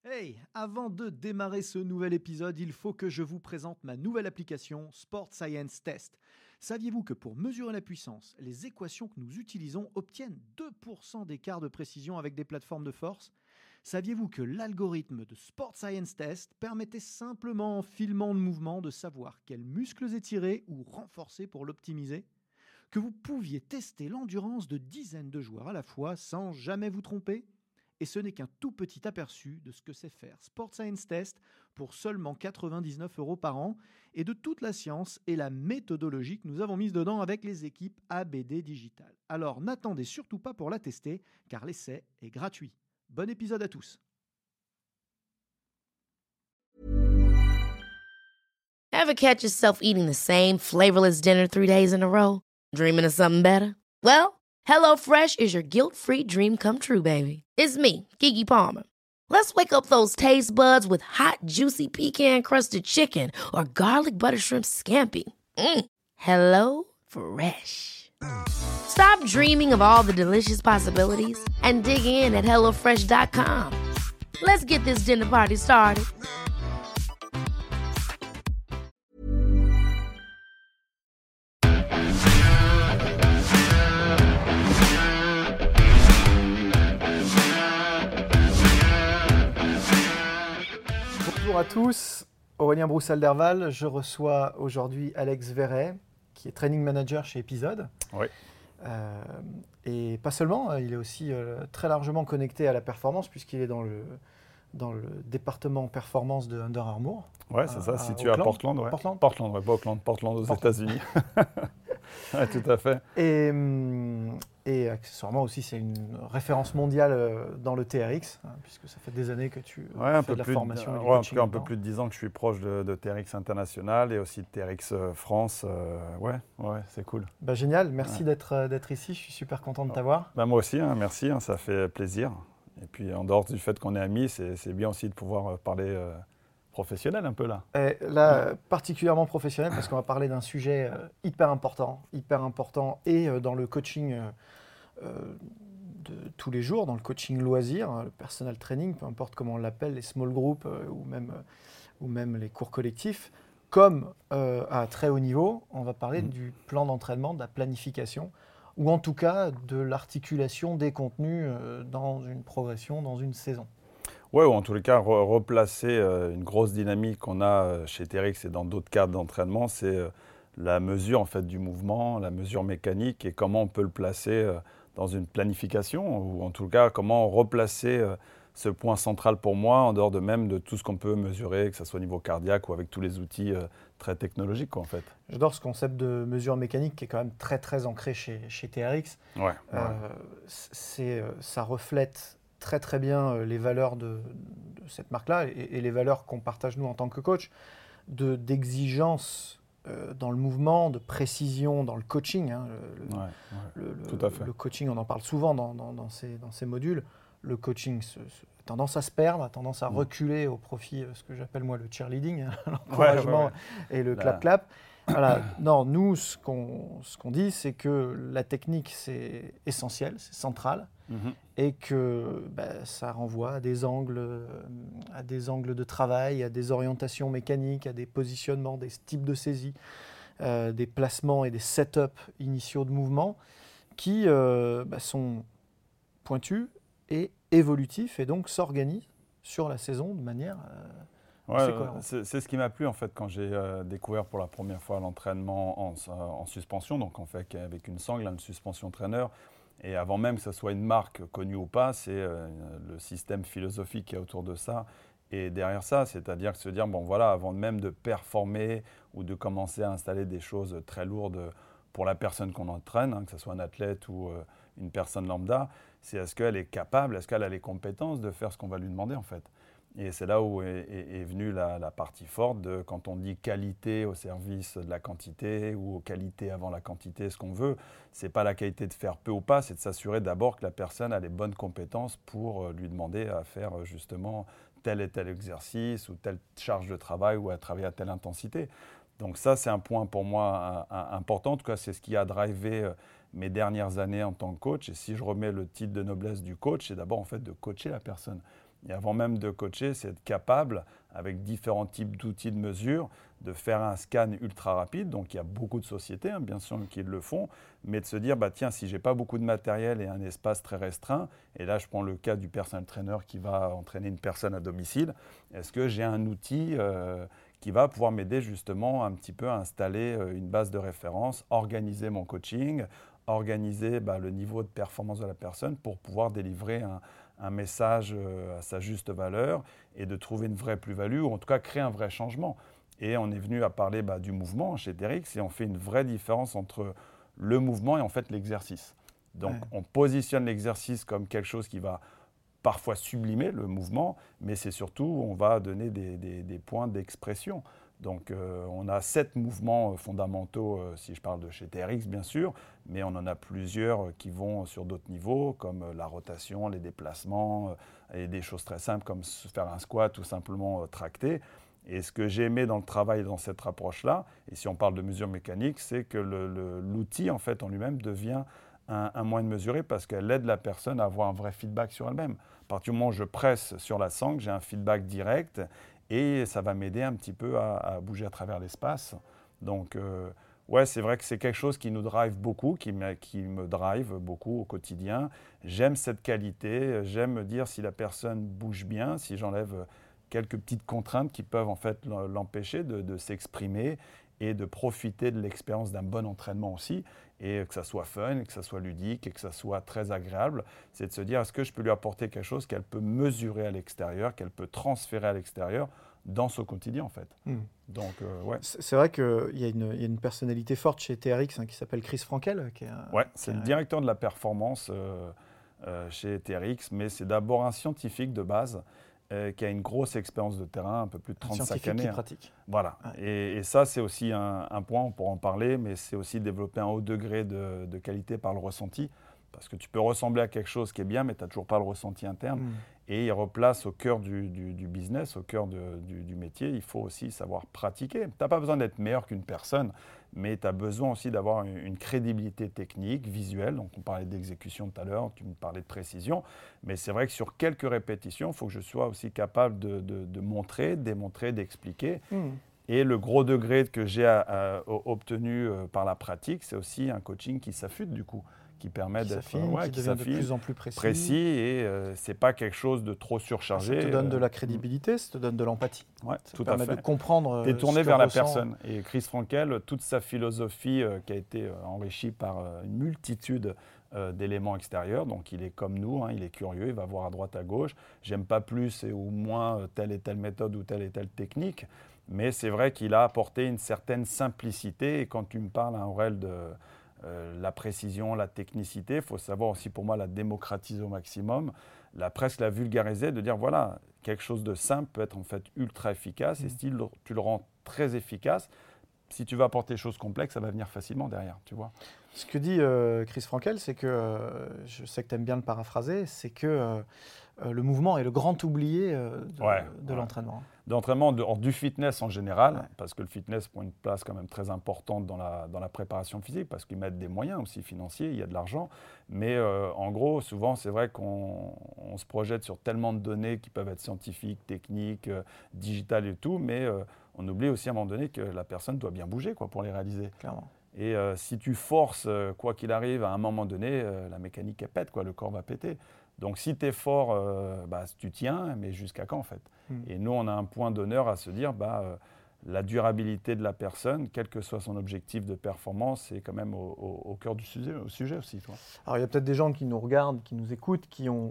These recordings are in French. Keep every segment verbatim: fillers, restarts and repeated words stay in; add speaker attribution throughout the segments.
Speaker 1: Hey, avant de démarrer ce nouvel épisode, il faut que je vous présente ma nouvelle application Sport Science Test. Saviez-vous que pour mesurer la puissance, les équations que nous utilisons obtiennent deux pour cent d'écart de précision avec des plateformes de force ? Saviez-vous que l'algorithme de Sport Science Test permettait simplement en filmant le mouvement de savoir quels muscles étirer ou renforcer pour l'optimiser ? Que vous pouviez tester l'endurance de dizaines de joueurs à la fois sans jamais vous tromper ? Et ce n'est qu'un tout petit aperçu de ce que c'est faire Sport Science Test pour seulement quatre-vingt-dix-neuf euros par an et de toute la science et la méthodologie que nous avons mise dedans avec les équipes A B D Digital. Alors n'attendez surtout pas pour la tester car l'essai est gratuit. Bon épisode à tous.
Speaker 2: Ever catch yourself eating the same flavorless dinner three days in a row? Dreaming of something better? Well, HelloFresh is your guilt-free dream come true, baby. It's me, Keke Palmer. Let's wake up those taste buds with hot, juicy pecan-crusted chicken or garlic butter shrimp scampi. Mm. Hello Fresh. Stop dreaming of all the delicious possibilities and dig in at hello fresh dot com. Let's get this dinner party started.
Speaker 1: Bonjour à tous, Aurélien Broussal-Derval. Je reçois aujourd'hui Alex Verret, qui est training manager chez Episode.
Speaker 3: Oui.
Speaker 1: Euh, et pas seulement, il est aussi euh, très largement connecté à la performance puisqu'il est dans le, dans le département performance de Under Armour.
Speaker 3: Ouais, c'est
Speaker 1: à,
Speaker 3: ça, situé à Portland. Ouais.
Speaker 1: Portland,
Speaker 3: Portland, ouais, pas Auckland, Portland aux États-Unis. Ouais, tout à fait.
Speaker 1: Et, et accessoirement aussi, c'est une référence mondiale dans le T R X, hein, puisque ça fait des années que tu
Speaker 3: ouais, un
Speaker 1: fais
Speaker 3: peu
Speaker 1: de la
Speaker 3: plus
Speaker 1: formation.
Speaker 3: De,
Speaker 1: et du
Speaker 3: ouais, en
Speaker 1: coaching
Speaker 3: tout cas, un
Speaker 1: dedans.
Speaker 3: peu plus de dix ans que je suis proche de, de T R X International et aussi de T R X France. Euh, ouais, ouais, c'est cool.
Speaker 1: Bah, génial, merci
Speaker 3: ouais.
Speaker 1: d'être, d'être ici, je suis super content de t'avoir.
Speaker 3: Bah, moi aussi, hein, merci, hein, ça fait plaisir. Et puis en dehors du fait qu'on est amis, c'est, c'est bien aussi de pouvoir parler euh, professionnel un peu là.
Speaker 1: Et là, ouais. particulièrement professionnel, parce qu'on va parler d'un sujet euh, hyper important, hyper important, et euh, dans le coaching euh, euh, de tous les jours, dans le coaching loisir, hein, le personal training, peu importe comment on l'appelle, les small groups euh, ou, même, euh, ou même les cours collectifs, comme euh, à très haut niveau, on va parler mmh. du plan d'entraînement, de la planification, ou en tout cas de l'articulation des contenus euh, dans une progression, dans une saison.
Speaker 3: Oui, ou en tous les cas, re- replacer euh, une grosse dynamique qu'on a euh, chez T R X et dans d'autres cadres d'entraînement, c'est euh, la mesure en fait, du mouvement, la mesure mécanique et comment on peut le placer euh, dans une planification, ou en tout cas, comment replacer euh, ce point central pour moi, en dehors de même de tout ce qu'on peut mesurer, que ce soit au niveau cardiaque ou avec tous les outils euh, très technologiques, quoi, en fait.
Speaker 1: J'adore ce concept de mesure mécanique qui est quand même très, très ancré chez, chez T R X.
Speaker 3: Ouais,
Speaker 1: euh,
Speaker 3: ouais.
Speaker 1: c'est, ça reflète très très bien les valeurs de, de cette marque-là et, et les valeurs qu'on partage nous en tant que coach, de, d'exigence euh, dans le mouvement, de précision dans le coaching. Hein, le,
Speaker 3: ouais, ouais,
Speaker 1: le,
Speaker 3: tout à fait.
Speaker 1: le coaching, on en parle souvent dans, dans, dans, ces, dans ces modules. Le coaching se, se, a tendance à se perdre, a tendance à mmh. reculer au profit de ce que j'appelle moi le cheerleading, hein, l'encouragement ouais, ouais, ouais. et le clap-clap. Voilà. Non, nous, ce qu'on, ce qu'on dit, c'est que la technique, c'est essentiel, c'est central. Mmh. Et que bah, ça renvoie à des angles, à des angles de travail, à des orientations mécaniques, à des positionnements, des types de saisie, euh, des placements et des setups initiaux de mouvement qui euh, bah, sont pointus et évolutifs et donc s'organisent sur la saison de manière euh,
Speaker 3: ouais, assez cohérente. C'est, c'est ce qui m'a plu en fait quand j'ai euh, découvert pour la première fois l'entraînement en, en suspension, donc en fait avec une sangle, une suspension traîneur. Et avant même que ce soit une marque connue ou pas, c'est euh, le système philosophique qui est autour de ça. Et derrière ça, c'est-à-dire que se dire, bon voilà, avant même de performer ou de commencer à installer des choses très lourdes pour la personne qu'on entraîne, hein, que ce soit un athlète ou euh, une personne lambda, c'est est-ce qu'elle est capable, est-ce qu'elle a les compétences de faire ce qu'on va lui demander en fait. Et c'est là où est, est, est venue la, la partie forte de quand on dit qualité au service de la quantité ou qualité avant la quantité, ce qu'on veut, c'est pas la qualité de faire peu ou pas, c'est de s'assurer d'abord que la personne a les bonnes compétences pour lui demander à faire justement tel et tel exercice ou telle charge de travail ou à travailler à telle intensité. Donc ça, c'est un point pour moi un, un, important. En tout cas, c'est ce qui a drivé mes dernières années en tant que coach. Et si je remets le titre de noblesse du coach, c'est d'abord en fait de coacher la personne. Et avant même de coacher, c'est être capable, avec différents types d'outils de mesure, de faire un scan ultra rapide. Donc, il y a beaucoup de sociétés, hein, bien sûr, qui le font, mais de se dire, bah, tiens, si je n'ai pas beaucoup de matériel et un espace très restreint, et là, je prends le cas du personal trainer qui va entraîner une personne à domicile, est-ce que j'ai un outil euh, qui va pouvoir m'aider justement un petit peu à installer une base de référence, organiser mon coaching, organiser bah, le niveau de performance de la personne pour pouvoir délivrer un, un message à sa juste valeur et de trouver une vraie plus-value ou en tout cas créer un vrai changement. Et on est venu à parler bah, du mouvement chez T R X et on fait une vraie différence entre le mouvement et en fait l'exercice. Donc ouais. on positionne l'exercice comme quelque chose qui va parfois sublimer le mouvement, mais c'est surtout on va donner des, des, des points d'expression. Donc euh, on a sept mouvements fondamentaux, euh, si je parle de chez T R X bien sûr, mais on en a plusieurs qui vont sur d'autres niveaux, comme la rotation, les déplacements, euh, et des choses très simples comme faire un squat ou simplement euh, tracter. Et ce que j'ai aimé dans le travail dans cette approche-là, et si on parle de mesure mécanique, c'est que le, le, l'outil en fait en lui-même devient un, un moyen de mesurer parce qu'elle aide la personne à avoir un vrai feedback sur elle-même. À partir du moment où je presse sur la sangle, j'ai un feedback direct et ça va m'aider un petit peu à, à bouger à travers l'espace. Donc, euh, ouais, c'est vrai que c'est quelque chose qui nous drive beaucoup, qui me, qui me drive beaucoup au quotidien. J'aime cette qualité, j'aime me dire si la personne bouge bien, si j'enlève quelques petites contraintes qui peuvent en fait l'empêcher de, de s'exprimer et de profiter de l'expérience d'un bon entraînement aussi, et que ça soit fun, que ça soit ludique, et que ça soit très agréable, c'est de se dire est-ce que je peux lui apporter quelque chose qu'elle peut mesurer à l'extérieur, qu'elle peut transférer à l'extérieur dans son quotidien en fait. Mmh. Donc, euh, ouais.
Speaker 1: C'est vrai qu'il y, y a une personnalité forte chez T R X hein, qui s'appelle Chris Frankel. Qui est un,
Speaker 3: ouais, c'est le un... directeur de la performance euh, euh, chez T R X, mais c'est d'abord un scientifique de base Euh, qui a une grosse expérience de terrain, un peu plus de trente-cinq années.
Speaker 1: Qui pratique.
Speaker 3: Voilà. Ouais. Et, et ça, c'est aussi un, un point, on pourra en parler, mais c'est aussi développer un haut degré de, de qualité par le ressenti. Parce que tu peux ressembler à quelque chose qui est bien, mais tu n'as toujours pas le ressenti interne. Mmh. Et il replace au cœur du, du, du business, au cœur de, du, du métier, il faut aussi savoir pratiquer. Tu n'as pas besoin d'être meilleur qu'une personne, mais tu as besoin aussi d'avoir une, une crédibilité technique, visuelle. Donc on parlait d'exécution tout à l'heure, tu me parlais de précision. Mais c'est vrai que sur quelques répétitions, il faut que je sois aussi capable de, de, de montrer, de démontrer, d'expliquer. Mmh. Et le gros degré que j'ai à, à, obtenu par la pratique, c'est aussi un coaching qui s'affûte du coup. Qui permet
Speaker 1: qui
Speaker 3: d'être
Speaker 1: ouais, qui, qui devient de plus en plus précis,
Speaker 3: précis et euh, c'est pas quelque chose de trop surchargé.
Speaker 1: Ça te donne de la crédibilité, ça te donne de l'empathie.
Speaker 3: Ouais,
Speaker 1: ça
Speaker 3: tout
Speaker 1: te permet
Speaker 3: à fait.
Speaker 1: de comprendre.
Speaker 3: Tu es tourné
Speaker 1: ce
Speaker 3: vers la
Speaker 1: ressent.
Speaker 3: personne. Et Chris Frankel, toute sa philosophie euh, qui a été euh, enrichie par euh, une multitude euh, d'éléments extérieurs. Donc il est comme nous, hein, il est curieux, il va voir à droite, à gauche. J'aime pas plus et ou moins telle et telle méthode ou telle et telle technique. Mais c'est vrai qu'il a apporté une certaine simplicité. Et quand tu me parles, hein, Aurel, de Euh, la précision, la technicité, il faut savoir aussi pour moi la démocratiser au maximum, la, presque la vulgariser, de dire voilà, quelque chose de simple peut être en fait ultra efficace mmh. et si tu le rends très efficace, si tu veux apporter des choses complexes, ça va venir facilement derrière, tu vois.
Speaker 1: Ce que dit euh, Chris Frankel, c'est que, euh, je sais que tu aimes bien le paraphraser, c'est que euh, euh, le mouvement est le grand oublié euh, de,
Speaker 3: ouais,
Speaker 1: de
Speaker 3: ouais.
Speaker 1: l'entraînement.
Speaker 3: De l'entraînement, de, du fitness en général,
Speaker 1: ouais.
Speaker 3: parce que le fitness prend une place quand même très importante dans la, dans la préparation physique, parce qu'ils mettent des moyens aussi financiers, il y a de l'argent. Mais euh, en gros, souvent, c'est vrai qu'on on se projette sur tellement de données qui peuvent être scientifiques, techniques, euh, digitales et tout, mais euh, on oublie aussi à un moment donné que la personne doit bien bouger quoi, pour les réaliser.
Speaker 1: Clairement.
Speaker 3: Et euh, si tu forces, euh, quoi qu'il arrive, à un moment donné, euh, la mécanique elle pète, quoi, le corps va péter. Donc si tu es fort, euh, bah, tu tiens, mais jusqu'à quand en fait mmh. Et nous, on a un point d'honneur à se dire, bah, euh, la durabilité de la personne, quel que soit son objectif de performance, c'est quand même au, au, au cœur du sujet, au sujet aussi. Toi.
Speaker 1: Alors il y a peut-être des gens qui nous regardent, qui nous écoutent, qui ont,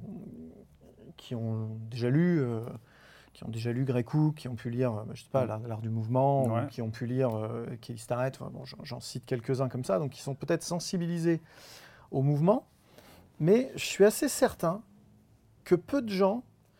Speaker 1: qui ont déjà lu... Euh... qui ont déjà lu Grécou, qui ont pu lire, je sais pas, mmh. l'art du mouvement, ouais. ou qui ont pu lire euh, Kelly Starrett, enfin, bon, j'en cite quelques-uns comme ça, donc ils sont peut-être sensibilisés au mouvement, mais je suis assez certain que peu de gens,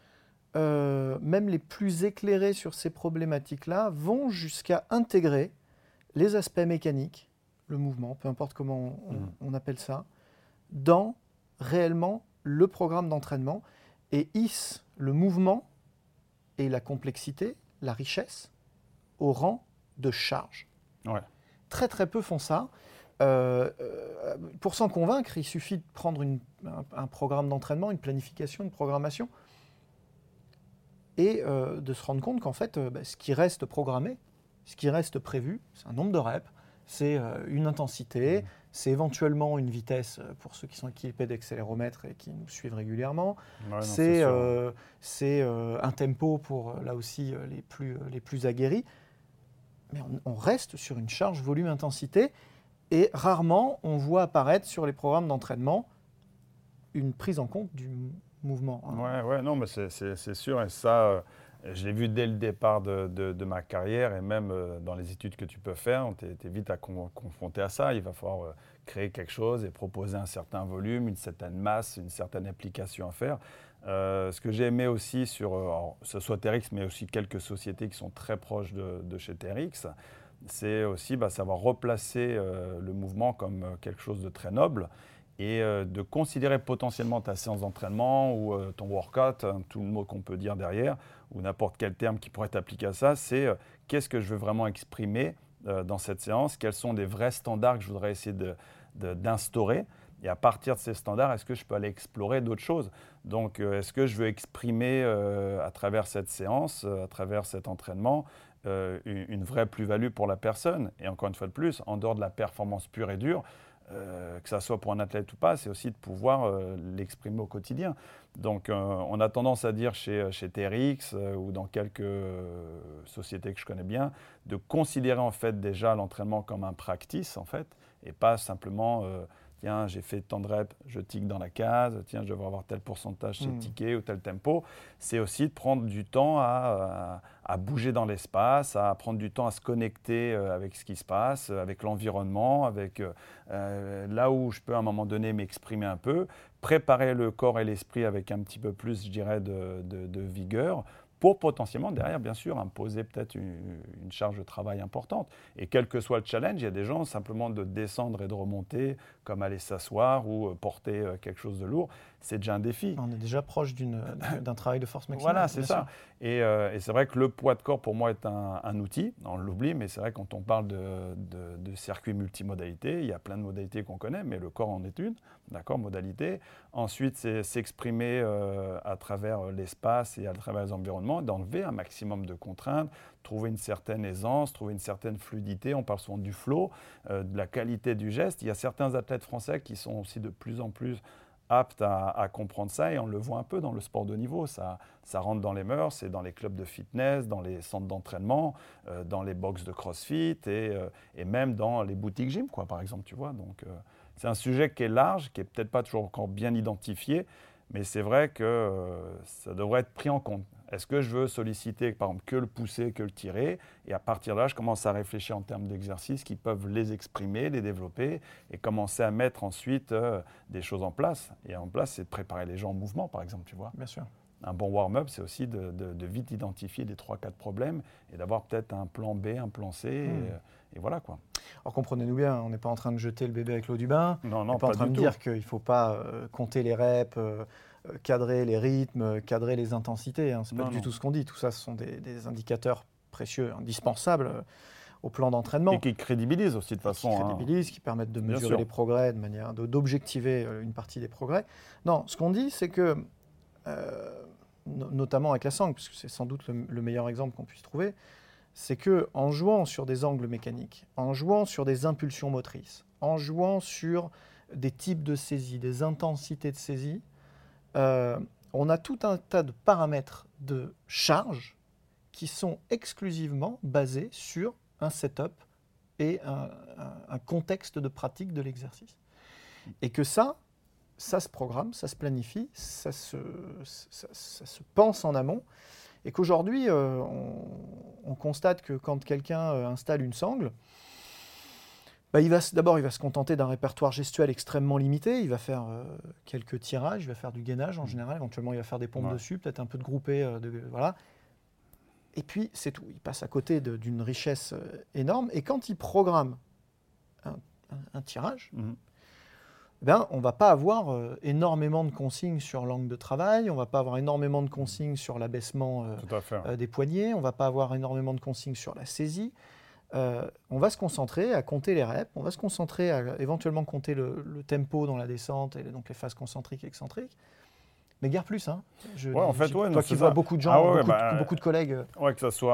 Speaker 1: euh, même les plus éclairés sur ces problématiques-là, vont jusqu'à intégrer les aspects mécaniques, le mouvement, peu importe comment on, mmh. on appelle ça, dans réellement le programme d'entraînement, et hissent le mouvement et la complexité, la richesse, au rang de charge.
Speaker 3: Ouais.
Speaker 1: Très très peu font ça. Euh, euh, pour s'en convaincre, il suffit de prendre une, un, un programme d'entraînement, une planification, une programmation. et euh, de se rendre compte qu'en fait, euh, bah, ce qui reste programmé, ce qui reste prévu, c'est un nombre de reps, c'est euh, une intensité, mmh. c'est éventuellement une vitesse pour ceux qui sont équipés d'accéléromètre et qui nous suivent régulièrement, ouais, c'est, non, c'est, euh, c'est euh, un tempo pour, là aussi, les plus, les plus aguerris. Mais on, on reste sur une charge volume-intensité et rarement on voit apparaître sur les programmes d'entraînement une prise en compte du mouvement.
Speaker 3: Hein. Ouais, ouais, non, mais c'est, c'est, c'est sûr. Et ça, euh, je l'ai vu dès le départ de, de, de ma carrière et même euh, dans les études que tu peux faire, tu es vite à con, confronté à ça. Il va falloir euh, créer quelque chose et proposer un certain volume, une certaine masse, une certaine application à faire. Euh, ce que j'ai aimé aussi sur, alors, que ce soit T R X, mais aussi quelques sociétés qui sont très proches de, de chez T R X, c'est aussi bah, savoir replacer euh, le mouvement comme quelque chose de très noble et euh, de considérer potentiellement ta séance d'entraînement ou euh, ton workout, hein, tout le mot qu'on peut dire derrière, ou n'importe quel terme qui pourrait être appliqué à ça, c'est euh, qu'est-ce que je veux vraiment exprimer euh, dans cette séance, quels sont les vrais standards que je voudrais essayer de, de, d'instaurer. Et à partir de ces standards, est-ce que je peux aller explorer d'autres choses? Donc, euh, est-ce que je veux exprimer euh, à travers cette séance, euh, à travers cet entraînement, euh, une, une vraie plus-value pour la personne? Et encore une fois de plus, en dehors de la performance pure et dure, euh, que ça soit pour un athlète ou pas, c'est aussi de pouvoir euh, l'exprimer au quotidien. Donc, euh, on a tendance à dire chez, chez T R X euh, ou dans quelques euh, sociétés que je connais bien, de considérer en fait déjà l'entraînement comme un practice en fait, et pas simplement euh, tiens, j'ai fait tant de reps, je tique dans la case, tiens, je devrais avoir tel pourcentage, c'est mmh. tické ou tel tempo. C'est aussi de prendre du temps à, à, à bouger dans l'espace, à prendre du temps à se connecter avec ce qui se passe, avec l'environnement, avec euh, là où je peux à un moment donné m'exprimer un peu, préparer le corps et l'esprit avec un petit peu plus, je dirais, de, de, de vigueur, pour potentiellement, derrière, bien sûr, imposer peut-être une, une charge de travail importante. Et quel que soit le challenge, il y a des gens, simplement de descendre et de remonter, comme aller s'asseoir ou porter quelque chose de lourd, c'est déjà un défi.
Speaker 1: On est déjà proche d'une, d'un travail de force maximale.
Speaker 3: Voilà, c'est ça. Et, euh, et c'est vrai que le poids de corps, pour moi, est un, un outil. On l'oublie, mais c'est vrai quand on parle de, de, de circuits multimodalités, il y a plein de modalités qu'on connaît, mais le corps en est une, d'accord, modalité. Ensuite, c'est s'exprimer euh, à travers l'espace et à travers les environnements, d'enlever un maximum de contraintes, trouver une certaine aisance, trouver une certaine fluidité. On parle souvent du flow, euh, de la qualité du geste. Il y a certains athlètes français qui sont aussi de plus en plus aptes à, à comprendre ça, et on le voit un peu dans le sport de haut niveau. Ça, ça rentre dans les mœurs, c'est dans les clubs de fitness, dans les centres d'entraînement, euh, dans les box de CrossFit et, euh, et même dans les boutiques gym, quoi, par exemple, tu vois. Donc, euh, c'est un sujet qui est large, qui n'est peut-être pas toujours encore bien identifié, mais c'est vrai que euh, ça devrait être pris en compte. Est-ce que je veux solliciter, par exemple, que le pousser, que le tirer? Et à partir de là, je commence à réfléchir en termes d'exercices qui peuvent les exprimer, les développer et commencer à mettre ensuite euh, des choses en place. Et en place, c'est de préparer les gens en mouvement, par exemple, tu vois.
Speaker 1: Bien sûr.
Speaker 3: Un bon warm-up, c'est aussi de, de, de vite identifier les trois quatre problèmes et d'avoir peut-être un plan B, un plan C, mmh. et, et voilà, quoi.
Speaker 1: Alors comprenez-nous bien, on n'est pas en train de jeter le bébé avec l'eau du bain.
Speaker 3: Non, non,
Speaker 1: on n'est pas, pas en train de
Speaker 3: tout.
Speaker 1: dire qu'il ne faut pas euh, compter les reps, euh, cadrer les rythmes, cadrer les intensités. Hein. Ce n'est pas non, du non. tout ce qu'on dit. Tout ça, ce sont des, des indicateurs précieux, indispensables euh, au plan d'entraînement.
Speaker 3: Et qui crédibilisent aussi de façon.
Speaker 1: Qui crédibilisent, hein. Qui permettent de mesurer les progrès, de manière de, d'objectiver euh, une partie des progrès. Non, ce qu'on dit, c'est que, euh, no- notamment avec la sangle, puisque c'est sans doute le, le meilleur exemple qu'on puisse trouver, c'est qu'en jouant sur des angles mécaniques, en jouant sur des impulsions motrices, en jouant sur des types de saisie, des intensités de saisie, euh, on a tout un tas de paramètres de charge qui sont exclusivement basés sur un setup et un, un, un contexte de pratique de l'exercice. Et que ça, ça se programme, ça se planifie, ça se, ça, ça se pense en amont. Et qu'aujourd'hui, euh, on, on constate que quand quelqu'un euh, installe une sangle, bah, il va, d'abord, il va se contenter d'un répertoire gestuel extrêmement limité. Il va faire euh, quelques tirages, il va faire du gainage en général. Éventuellement, il va faire des pompes ouais. dessus, peut-être un peu de groupé. Euh, de, voilà. Et puis, c'est tout. Il passe à côté de, d'une richesse euh, énorme. Et quand il programme un, un, un tirage, mmh. ben, on ne va pas avoir euh, énormément de consignes sur l'angle de travail, on ne va pas avoir énormément de consignes sur l'abaissement euh, euh, des poignets, on ne va pas avoir énormément de consignes sur la saisie. Euh, on va se concentrer à compter les reps, on va se concentrer à éventuellement compter le, le tempo dans la descente, et donc les phases concentriques et excentriques. Mais guère plus, hein. Je,
Speaker 3: Ouais, en fait, ouais,
Speaker 1: toi
Speaker 3: non,
Speaker 1: qui
Speaker 3: c'est
Speaker 1: vois
Speaker 3: ça.
Speaker 1: beaucoup de gens,
Speaker 3: Ah ouais,
Speaker 1: beaucoup,
Speaker 3: bah,
Speaker 1: de, beaucoup de collègues.
Speaker 3: Ouais, que ce soit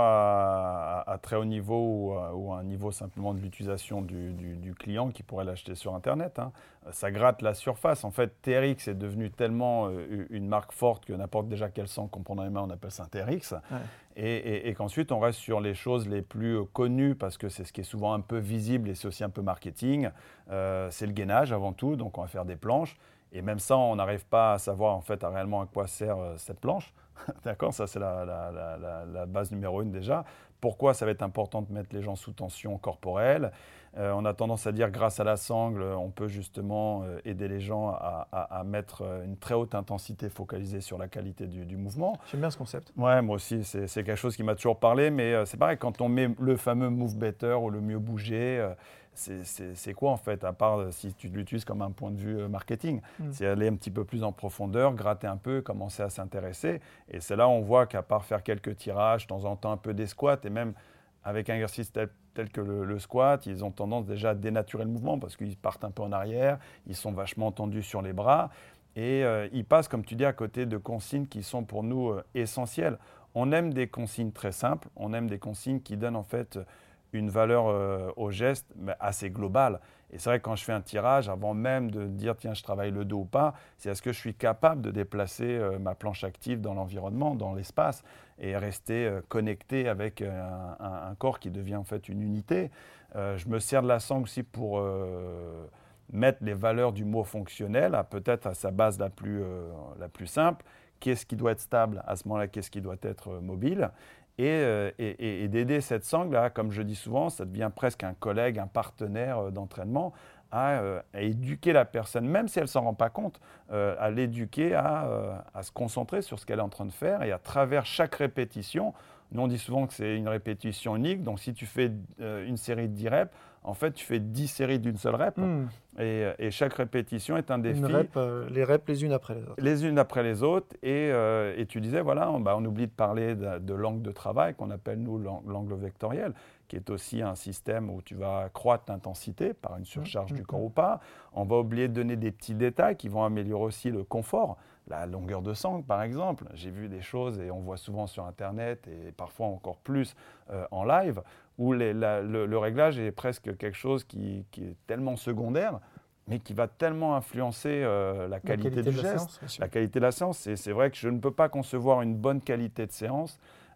Speaker 3: à, à très haut niveau ou à, ou à un niveau simplement de l'utilisation du, du- du client qui pourrait l'acheter sur Internet, hein. Ça gratte la surface. En fait, T R X est devenu tellement euh, une marque forte que n'importe déjà quel sang qu'on prend dans les mains, on appelle ça un T R X.
Speaker 1: Ouais.
Speaker 3: Et, et- et qu'ensuite, on reste sur les choses les plus euh, connues parce que c'est ce qui est souvent un peu visible et c'est aussi un peu marketing. Euh, c'est le gainage avant tout, donc on va faire des planches. Et même ça, on n'arrive pas à savoir en fait à réellement à quoi sert euh, cette planche. D'accord, ça c'est la, la- la- la- la base numéro une déjà. Pourquoi ça va être important de mettre les gens sous tension corporelle? Euh, On a tendance à dire grâce à la sangle, on peut justement euh, aider les gens à, à- à mettre euh, une très haute intensité focalisée sur la qualité du, du mouvement.
Speaker 1: J'aime bien ce concept.
Speaker 3: Ouais, moi aussi, c'est c'est quelque chose qui m'a toujours parlé, mais euh, c'est pareil, quand on met le fameux move better ou le mieux bouger, euh, c'est- c'est c'est quoi en fait, à part euh, si tu l'utilises comme un point de vue euh, marketing?
Speaker 1: Mm.
Speaker 3: C'est aller un petit peu plus en profondeur, gratter un peu, commencer à s'intéresser. Et c'est là où on voit qu'à part faire quelques tirages, de temps en temps un peu des squats, et même avec un exercice tel, tel que le, le squat, ils ont tendance déjà à dénaturer le mouvement parce qu'ils partent un peu en arrière, ils sont vachement tendus sur les bras. Et euh, ils passent, comme tu dis, à côté de consignes qui sont pour nous euh, essentielles. On aime des consignes très simples, on aime des consignes qui donnent en fait une valeur euh, au geste mais assez globale. Et c'est vrai que quand je fais un tirage, avant même de dire tiens, je travaille le dos ou pas, c'est est-ce que je suis capable de déplacer euh, ma planche active dans l'environnement, dans l'espace, et rester euh, connecté avec euh, un, un- un corps qui devient en fait une unité. Euh, je me sers de la sangle aussi pour euh, mettre les valeurs du mot fonctionnel, à peut-être à sa base la plus, euh, la plus simple. Qu'est-ce qui doit être stable à ce moment-là, qu'est-ce qui doit être euh, mobile et, euh, et- et- et d'aider cette sangle, à, comme je dis souvent, ça devient presque un collègue, un partenaire euh, d'entraînement, à, euh, à éduquer la personne, même si elle ne s'en rend pas compte, euh, à l'éduquer à, euh, à se concentrer sur ce qu'elle est en train de faire et à travers chaque répétition. Nous, on dit souvent que c'est une répétition unique, donc si tu fais euh, une série de dix reps, en fait, tu fais dix séries d'une seule rep.
Speaker 1: Mm.
Speaker 3: Et, et chaque répétition est un défi.
Speaker 1: Une rep, euh, les reps les unes après les autres.
Speaker 3: Les unes après les autres. Et, euh, et tu disais, voilà, on, bah, on oublie de parler de, de l'angle de travail qu'on appelle, nous, l'angle vectoriel, qui est aussi un système où tu vas accroître l'intensité par une surcharge
Speaker 1: Mmh,
Speaker 3: du
Speaker 1: mmh,
Speaker 3: corps
Speaker 1: mmh.
Speaker 3: ou pas. On va oublier de donner des petits détails qui vont améliorer aussi le confort. La longueur de sangle, par exemple. J'ai vu des choses, et on voit souvent sur Internet, et parfois encore plus euh, en live, où les- la- le, le réglage est presque quelque chose qui, qui est tellement secondaire, mais qui va tellement influencer euh, la qualité,
Speaker 1: qualité
Speaker 3: du
Speaker 1: de la
Speaker 3: geste,
Speaker 1: séance, bien sûr.
Speaker 3: la qualité de la séance. Et c'est vrai que je ne peux pas concevoir une bonne qualité de séance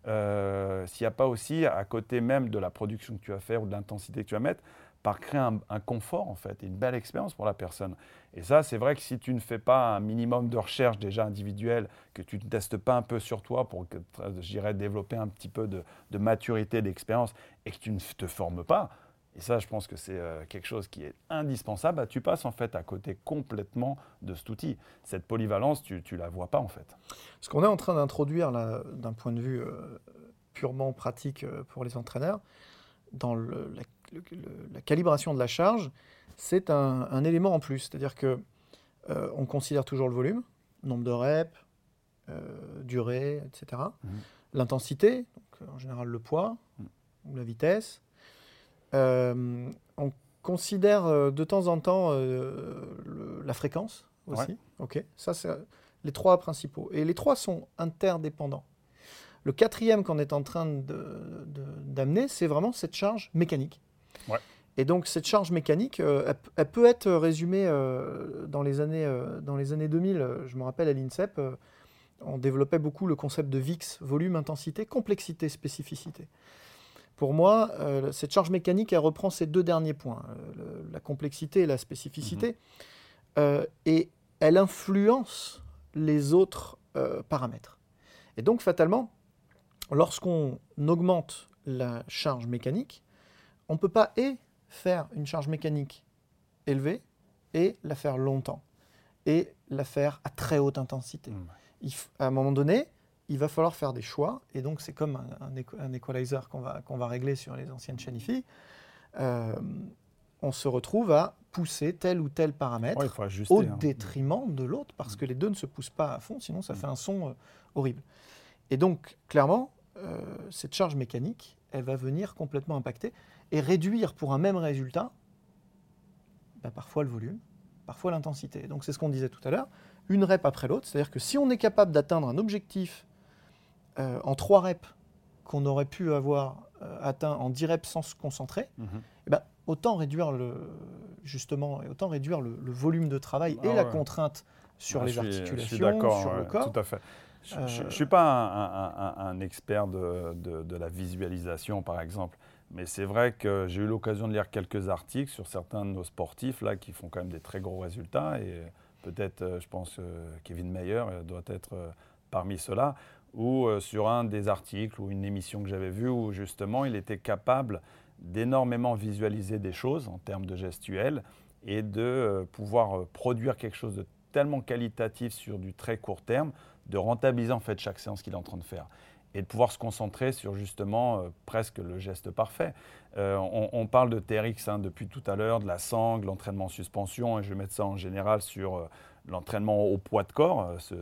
Speaker 3: euh, s'il n'y a pas aussi, à côté même de la production que tu vas faire ou de l'intensité que tu vas mettre, par créer un, un confort en fait, et une belle expérience pour la personne. Et ça, c'est vrai que si tu ne fais pas un minimum de recherche déjà individuelle, que tu ne testes pas un peu sur toi pour, que, je dirais, développer un petit peu de, de maturité, d'expérience, et que tu ne te formes pas, et ça, je pense que c'est euh, quelque chose qui est indispensable, bah, tu passes en fait à côté complètement de cet outil. Cette polyvalence, tu ne la vois pas en fait.
Speaker 1: Ce qu'on est en train d'introduire là, d'un point de vue euh, purement pratique euh, pour les entraîneurs, dans le- la, le- le- la calibration de la charge, c'est un, un élément en plus. C'est-à-dire que euh, on considère toujours le volume, nombre de reps, euh, durée, et cetera.
Speaker 3: Mhm.
Speaker 1: L'intensité, donc, en général le poids
Speaker 3: Mhm.
Speaker 1: ou la vitesse. Euh, on considère euh, de temps en temps euh, le- la fréquence aussi.
Speaker 3: Ouais.
Speaker 1: Ok, ça c'est euh, les trois principaux. Et les trois sont interdépendants. Le quatrième qu'on est en train de- de- d'amener, c'est vraiment cette charge mécanique.
Speaker 3: Ouais.
Speaker 1: Et donc cette charge mécanique, euh, elle, p- elle peut être résumée euh, dans, les années, euh, dans les années deux mille. euh, Je me rappelle à l'INSEP, euh, on développait beaucoup le concept de V I X, volume, intensité, complexité, spécificité. Pour moi, euh, cette charge mécanique, elle reprend ces deux derniers points, euh, le- la complexité et la spécificité, euh, et elle influence les autres euh, paramètres. Et donc, fatalement, lorsqu'on augmente la charge mécanique, on ne peut pas et faire une charge mécanique élevée et la faire longtemps, et la faire à très haute intensité.
Speaker 3: Mmh.
Speaker 1: Il f- à un moment donné, il va falloir faire des choix, et donc c'est comme un, un, éco- un equalizer qu'on va, qu'on va régler sur les anciennes chaînes I F I. Euh, on se retrouve à pousser tel ou tel paramètre
Speaker 3: Ouais, il faut ajuster,
Speaker 1: au
Speaker 3: hein.
Speaker 1: détriment de l'autre, parce
Speaker 3: Mm.
Speaker 1: que les deux ne se poussent pas à fond, sinon ça
Speaker 3: Mm.
Speaker 1: fait un son euh, horrible. Et donc, clairement, euh, cette charge mécanique, elle va venir complètement impacter et réduire pour un même résultat, bah, parfois le volume, parfois l'intensité. Donc c'est ce qu'on disait tout à l'heure, une rep après l'autre. C'est-à-dire que si on est capable d'atteindre un objectif euh, en trois reps qu'on aurait pu avoir euh, atteint en dix reps sans se concentrer, mm-hmm. eh ben, autant réduire le, justement, autant réduire le, le volume de travail ah, et ouais. la contrainte sur
Speaker 3: ah,
Speaker 1: les
Speaker 3: je suis,
Speaker 1: articulations,
Speaker 3: je suis
Speaker 1: sur
Speaker 3: ouais,
Speaker 1: le corps.
Speaker 3: Tout à fait. Je ne euh... suis pas un, un, un, un expert de, de, de la visualisation, par exemple. Mais c'est vrai que j'ai eu l'occasion de lire quelques articles sur certains de nos sportifs là, qui font quand même des très gros résultats. Et peut-être, je pense, Kevin Mayer doit être parmi ceux-là. Ou sur un des articles ou une émission que j'avais vue où justement il était capable d'énormément visualiser des choses en termes de gestuels et de pouvoir produire quelque chose de tellement qualitatif sur du très court terme, de rentabiliser en fait chaque séance qu'il est en train de faire et de pouvoir se concentrer sur justement euh, presque le geste parfait. Euh, on, on parle de T R X hein, depuis tout à l'heure, de la sangle, l'entraînement en suspension, et je vais mettre ça en général sur euh, l'entraînement au poids de corps. Euh, ce,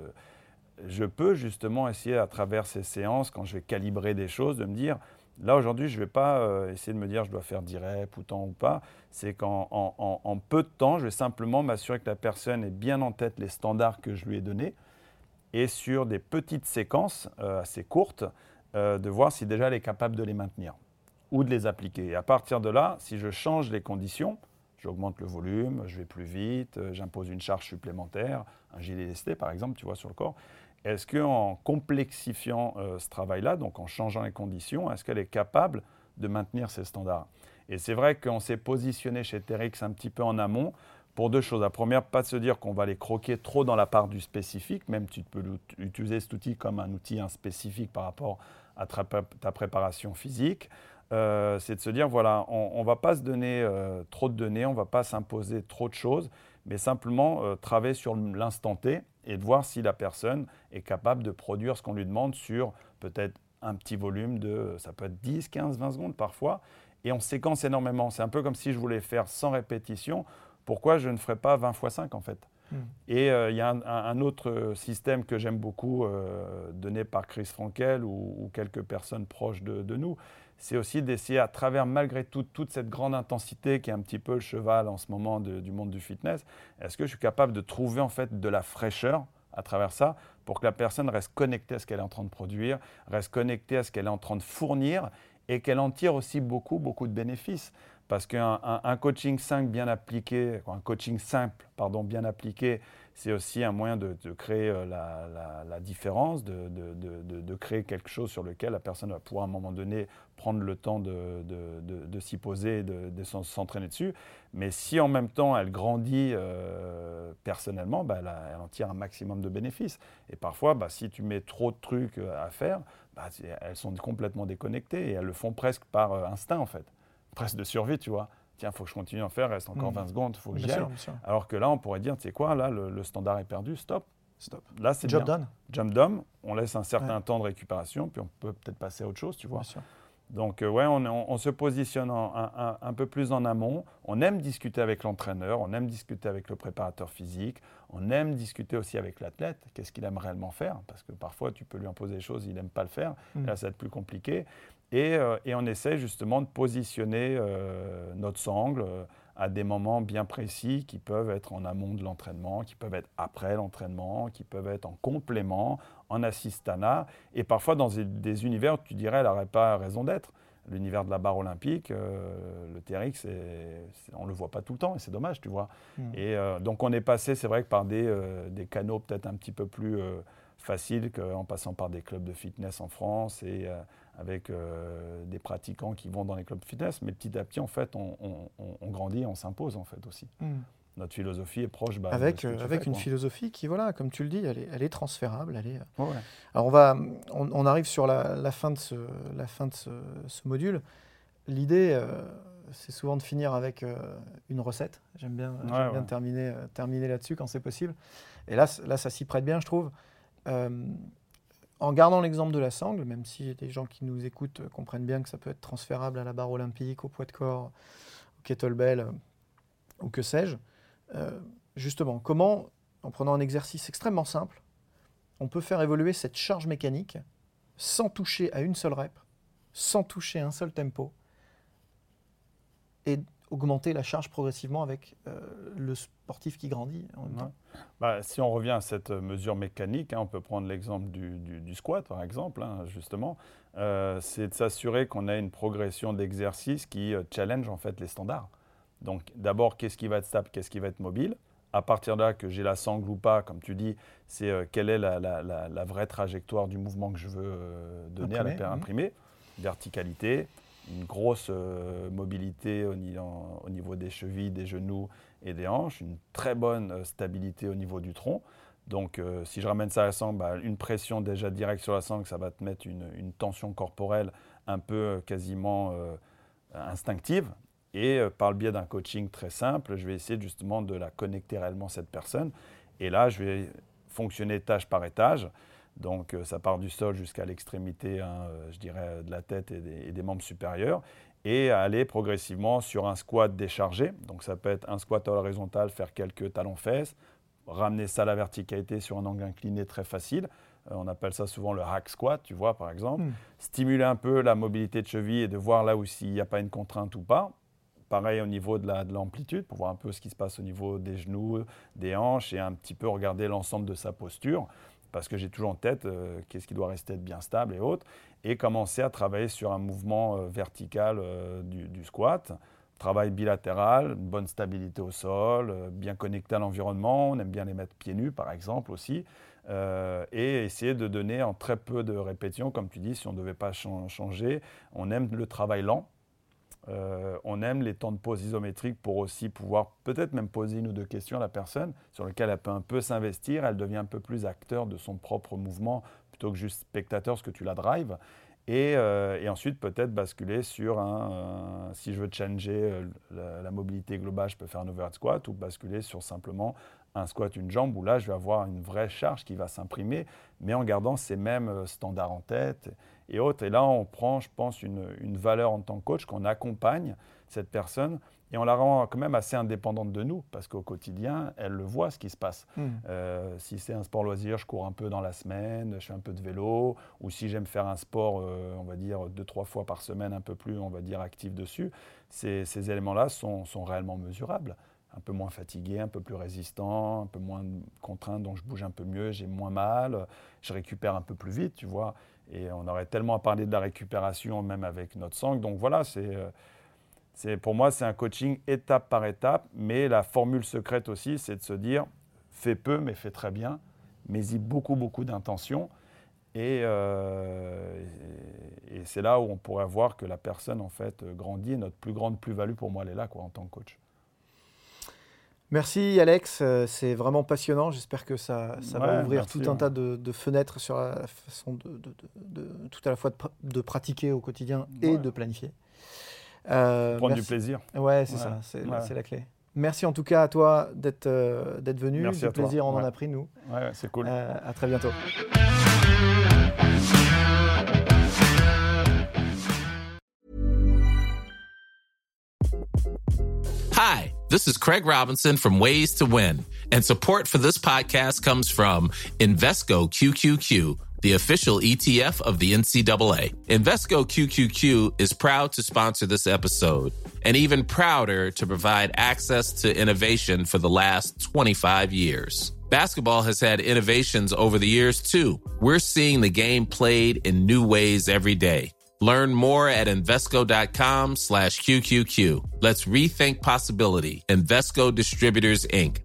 Speaker 3: je peux justement essayer à travers ces séances, quand je vais calibrer des choses, de me dire, là aujourd'hui je ne vais pas euh, essayer de me dire je dois faire dix reps ou tant ou pas, c'est qu'en en, en, en peu de temps, je vais simplement m'assurer que la personne ait bien en tête les standards que je lui ai donnés, et sur des petites séquences euh, assez courtes, euh, de voir si déjà elle est capable de les maintenir ou de les appliquer. Et à partir de là, si je change les conditions, j'augmente le volume, je vais plus vite, euh, j'impose une charge supplémentaire, un gilet lesté par exemple, tu vois, sur le corps, est-ce qu'en complexifiant euh, ce travail-là, donc en changeant les conditions, est-ce qu'elle est capable de maintenir ces standards? Et c'est vrai qu'on s'est positionné chez T R X un petit peu en amont, pour deux choses. La première, pas de se dire qu'on va les croquer trop dans la part du spécifique, même tu peux utiliser cet outil comme un outil hein, spécifique par rapport à ta, ta préparation physique. Euh, c'est de se dire, voilà, on ne va pas se donner euh, trop de données, on ne va pas s'imposer trop de choses, mais simplement euh, travailler sur l'instant T et de voir si la personne est capable de produire ce qu'on lui demande sur peut-être un petit volume de, ça peut être dix, quinze, vingt secondes parfois, et on séquence énormément. C'est un peu comme si je voulais faire cent répétitions. Pourquoi je ne ferais pas vingt fois cinq en fait? mm. Et il euh, y a un, un autre système que j'aime beaucoup, euh, donné par Chris Frankel ou, ou quelques personnes proches de, de nous, c'est aussi d'essayer à travers malgré tout toute cette grande intensité qui est un petit peu le cheval en ce moment de, du monde du fitness, est-ce que je suis capable de trouver en fait de la fraîcheur à travers ça pour que la personne reste connectée à ce qu'elle est en train de produire, reste connectée à ce qu'elle est en train de fournir et qu'elle en tire aussi beaucoup, beaucoup de bénéfices. Parce qu'un un, un coaching simple bien appliqué, un coaching simple, pardon, bien appliqué, c'est aussi un moyen de, de créer la, la, la différence, de, de, de, de créer quelque chose sur lequel la personne va pouvoir à un moment donné prendre le temps de, de, de, de s'y poser, de, de s'entraîner dessus. Mais si en même temps elle grandit euh, personnellement, bah, elle, a, elle en tire un maximum de bénéfices. Et parfois, bah, si tu mets trop de trucs à faire, bah, elles sont complètement déconnectées et elles le font presque par instinct en fait. Presque de survie, tu vois. Tiens, il faut que je continue à en faire, reste encore mmh. vingt secondes, il faut que j'y aille. Alors que là, on pourrait dire, tu sais quoi, là, le, le standard est perdu, stop.
Speaker 1: Stop.
Speaker 3: Là, c'est
Speaker 1: Job
Speaker 3: bien.
Speaker 1: done.
Speaker 3: Job done, on laisse un certain
Speaker 1: ouais.
Speaker 3: temps de récupération, puis on peut peut-être passer à autre chose, tu vois.
Speaker 1: Bien sûr.
Speaker 3: Donc, euh, ouais, on, on, on se positionne en, un, un, un peu plus en amont. On aime discuter avec l'entraîneur, on aime discuter avec le préparateur physique, on aime discuter aussi avec l'athlète. Qu'est-ce qu'il aime réellement faire? Parce que parfois, tu peux lui imposer des choses, il n'aime pas le faire. Mmh. Là, ça va être plus compliqué. Et, euh, et on essaie justement de positionner euh, notre sangle euh, à des moments bien précis qui peuvent être en amont de l'entraînement, qui peuvent être après l'entraînement, qui peuvent être en complément, en assistanat. Et parfois dans des, des univers où tu dirais elle n'aurait pas raison d'être. L'univers de la barre olympique, euh, le T R X, c'est, c'est, on ne le voit pas tout le temps et c'est dommage, tu vois. Mmh. Et euh, donc on est passé, c'est vrai que par des, euh, des canaux peut-être un petit peu plus euh, faciles qu'en passant par des clubs de fitness en France et euh, avec euh, des pratiquants qui vont dans les clubs de fitness, mais petit à petit, en fait, on, on, on grandit et on s'impose, en fait, aussi. Mm. Notre philosophie est proche bah,
Speaker 1: avec,
Speaker 3: de ce que tu
Speaker 1: avec
Speaker 3: fais,
Speaker 1: une
Speaker 3: quoi.
Speaker 1: philosophie qui, voilà, comme tu le dis, elle est, elle est transférable. Elle est...
Speaker 3: Ouais, ouais.
Speaker 1: Alors, on, va, on, on arrive sur la, la fin de ce, la fin de ce, ce module. L'idée, euh, c'est souvent de finir avec euh, une recette. J'aime bien,
Speaker 3: ouais,
Speaker 1: j'aime
Speaker 3: ouais.
Speaker 1: bien terminer, euh, terminer là-dessus quand c'est possible. Et là, là ça s'y prête bien, je trouve. Euh, En gardant l'exemple de la sangle, même si les gens qui nous écoutent comprennent bien que ça peut être transférable à la barre olympique, au poids de corps, au kettlebell, euh, ou que sais-je, euh, justement, comment, en prenant un exercice extrêmement simple, on peut faire évoluer cette charge mécanique sans toucher à une seule rep, sans toucher à un seul tempo, et augmenter la charge progressivement avec euh, le sportif qui grandit en même
Speaker 3: ouais.
Speaker 1: temps.
Speaker 3: Bah, si on revient à cette mesure mécanique, hein, on peut prendre l'exemple du, du, du squat, par exemple, hein, justement. Euh, c'est de s'assurer qu'on a une progression d'exercice qui euh, challenge en fait les standards. Donc d'abord, qu'est-ce qui va être stable, qu'est-ce qui va être mobile. À partir de là, que j'ai la sangle ou pas, comme tu dis, c'est euh, quelle est la, la, la, la vraie trajectoire du mouvement que je veux euh, donner
Speaker 1: Imprimé,
Speaker 3: à la paire
Speaker 1: mmh.
Speaker 3: imprimée. Verticalité, une grosse euh, mobilité au, ni- en, au niveau des chevilles, des genoux et des hanches, une très bonne euh, stabilité au niveau du tronc. Donc euh, si je ramène ça à la sangle, bah, une pression déjà directe sur la sangle, ça va te mettre une, une tension corporelle un peu euh, quasiment euh, instinctive. Et euh, par le biais d'un coaching très simple, je vais essayer justement de la connecter réellement cette personne. Et là, je vais fonctionner étage par étage. Donc, euh, ça part du sol jusqu'à l'extrémité, hein, euh, je dirais, de la tête et des, et des membres supérieurs. Et aller progressivement sur un squat déchargé. Donc, ça peut être un squat à l'horizontale, faire quelques talons-fesses, ramener ça à la verticalité sur un angle incliné très facile. Euh, on appelle ça souvent le hack squat, tu vois, par exemple. Mm. Stimuler un peu la mobilité de cheville et de voir là où s'il n'y a pas une contrainte ou pas. Pareil au niveau de, la, de l'amplitude, pour voir un peu ce qui se passe au niveau des genoux, des hanches et un petit peu regarder l'ensemble de sa posture, parce que j'ai toujours en tête euh, qu'est-ce qui doit rester bien stable et autres, et commencer à travailler sur un mouvement euh, vertical euh, du, du squat, travail bilatéral, une bonne stabilité au sol, euh, bien connecté à l'environnement, on aime bien les mettre pieds nus par exemple aussi, euh, et essayer de donner en très peu de répétitions, comme tu dis, si on ne devait pas ch- changer, on aime le travail lent. Euh, on aime les temps de pause isométriques pour aussi pouvoir peut-être même poser une ou deux questions à la personne sur lesquelles elle peut un peu s'investir, elle devient un peu plus acteur de son propre mouvement plutôt que juste spectateur, ce que tu la drives. Et, euh, et ensuite peut-être basculer sur un, un si je veux changer la, la mobilité globale, je peux faire un overhead squat ou basculer sur simplement un squat, une jambe, où là je vais avoir une vraie charge qui va s'imprimer, mais en gardant ces mêmes standards en tête et autres. Et là, on prend, je pense, une, une valeur en tant que coach, qu'on accompagne cette personne et on la rend quand même assez indépendante de nous, parce qu'au quotidien, elle le voit, ce qui se passe. Mmh. Euh, si c'est un sport loisir, je cours un peu dans la semaine, je fais un peu de vélo, ou si j'aime faire un sport, euh, on va dire, deux, trois fois par semaine, un peu plus, on va dire, actif dessus, ces, ces éléments-là sont, sont réellement mesurables. Un peu moins fatigué, un peu plus résistant, un peu moins contraint, donc je bouge un peu mieux, j'ai moins mal, je récupère un peu plus vite, tu vois. Et on aurait tellement à parler de la récupération, même avec notre sangle. Donc voilà, c'est, c'est, pour moi, c'est un coaching étape par étape. Mais la formule secrète aussi, c'est de se dire, fais peu, mais fais très bien. Mais-y beaucoup, beaucoup d'intention. Et, euh, et, et c'est là où on pourrait voir que la personne, en fait, grandit. Et notre plus grande plus-value, pour moi, elle est là, quoi, en tant que coach.
Speaker 1: Merci Alex, c'est vraiment passionnant. J'espère que ça, ça ouais, va ouvrir merci, tout un ouais. tas de, de fenêtres sur la façon de, de, de, de tout à la fois de, de pratiquer au quotidien et ouais. de planifier.
Speaker 3: Euh, Prendre merci. du plaisir.
Speaker 1: Ouais, c'est ouais. ça, c'est, ouais. c'est la clé. Merci en tout cas à toi d'être, euh, d'être venu.
Speaker 3: Merci
Speaker 1: du
Speaker 3: à
Speaker 1: plaisir,
Speaker 3: toi.
Speaker 1: on
Speaker 3: ouais.
Speaker 1: en a pris nous.
Speaker 3: Ouais, c'est cool.
Speaker 1: Euh, à très bientôt.
Speaker 4: Hi, this is Craig Robinson from Ways to Win, and support for this podcast comes from Invesco Q Q Q, the official E T F of the N C double A. Invesco Q Q Q is proud to sponsor this episode, and even prouder to provide access to innovation for the last twenty-five years. Basketball has had innovations over the years, too. We're seeing the game played in new ways every day. Learn more at Invesco.com slash QQQ. Let's rethink possibility. Invesco Distributors, Incorporated.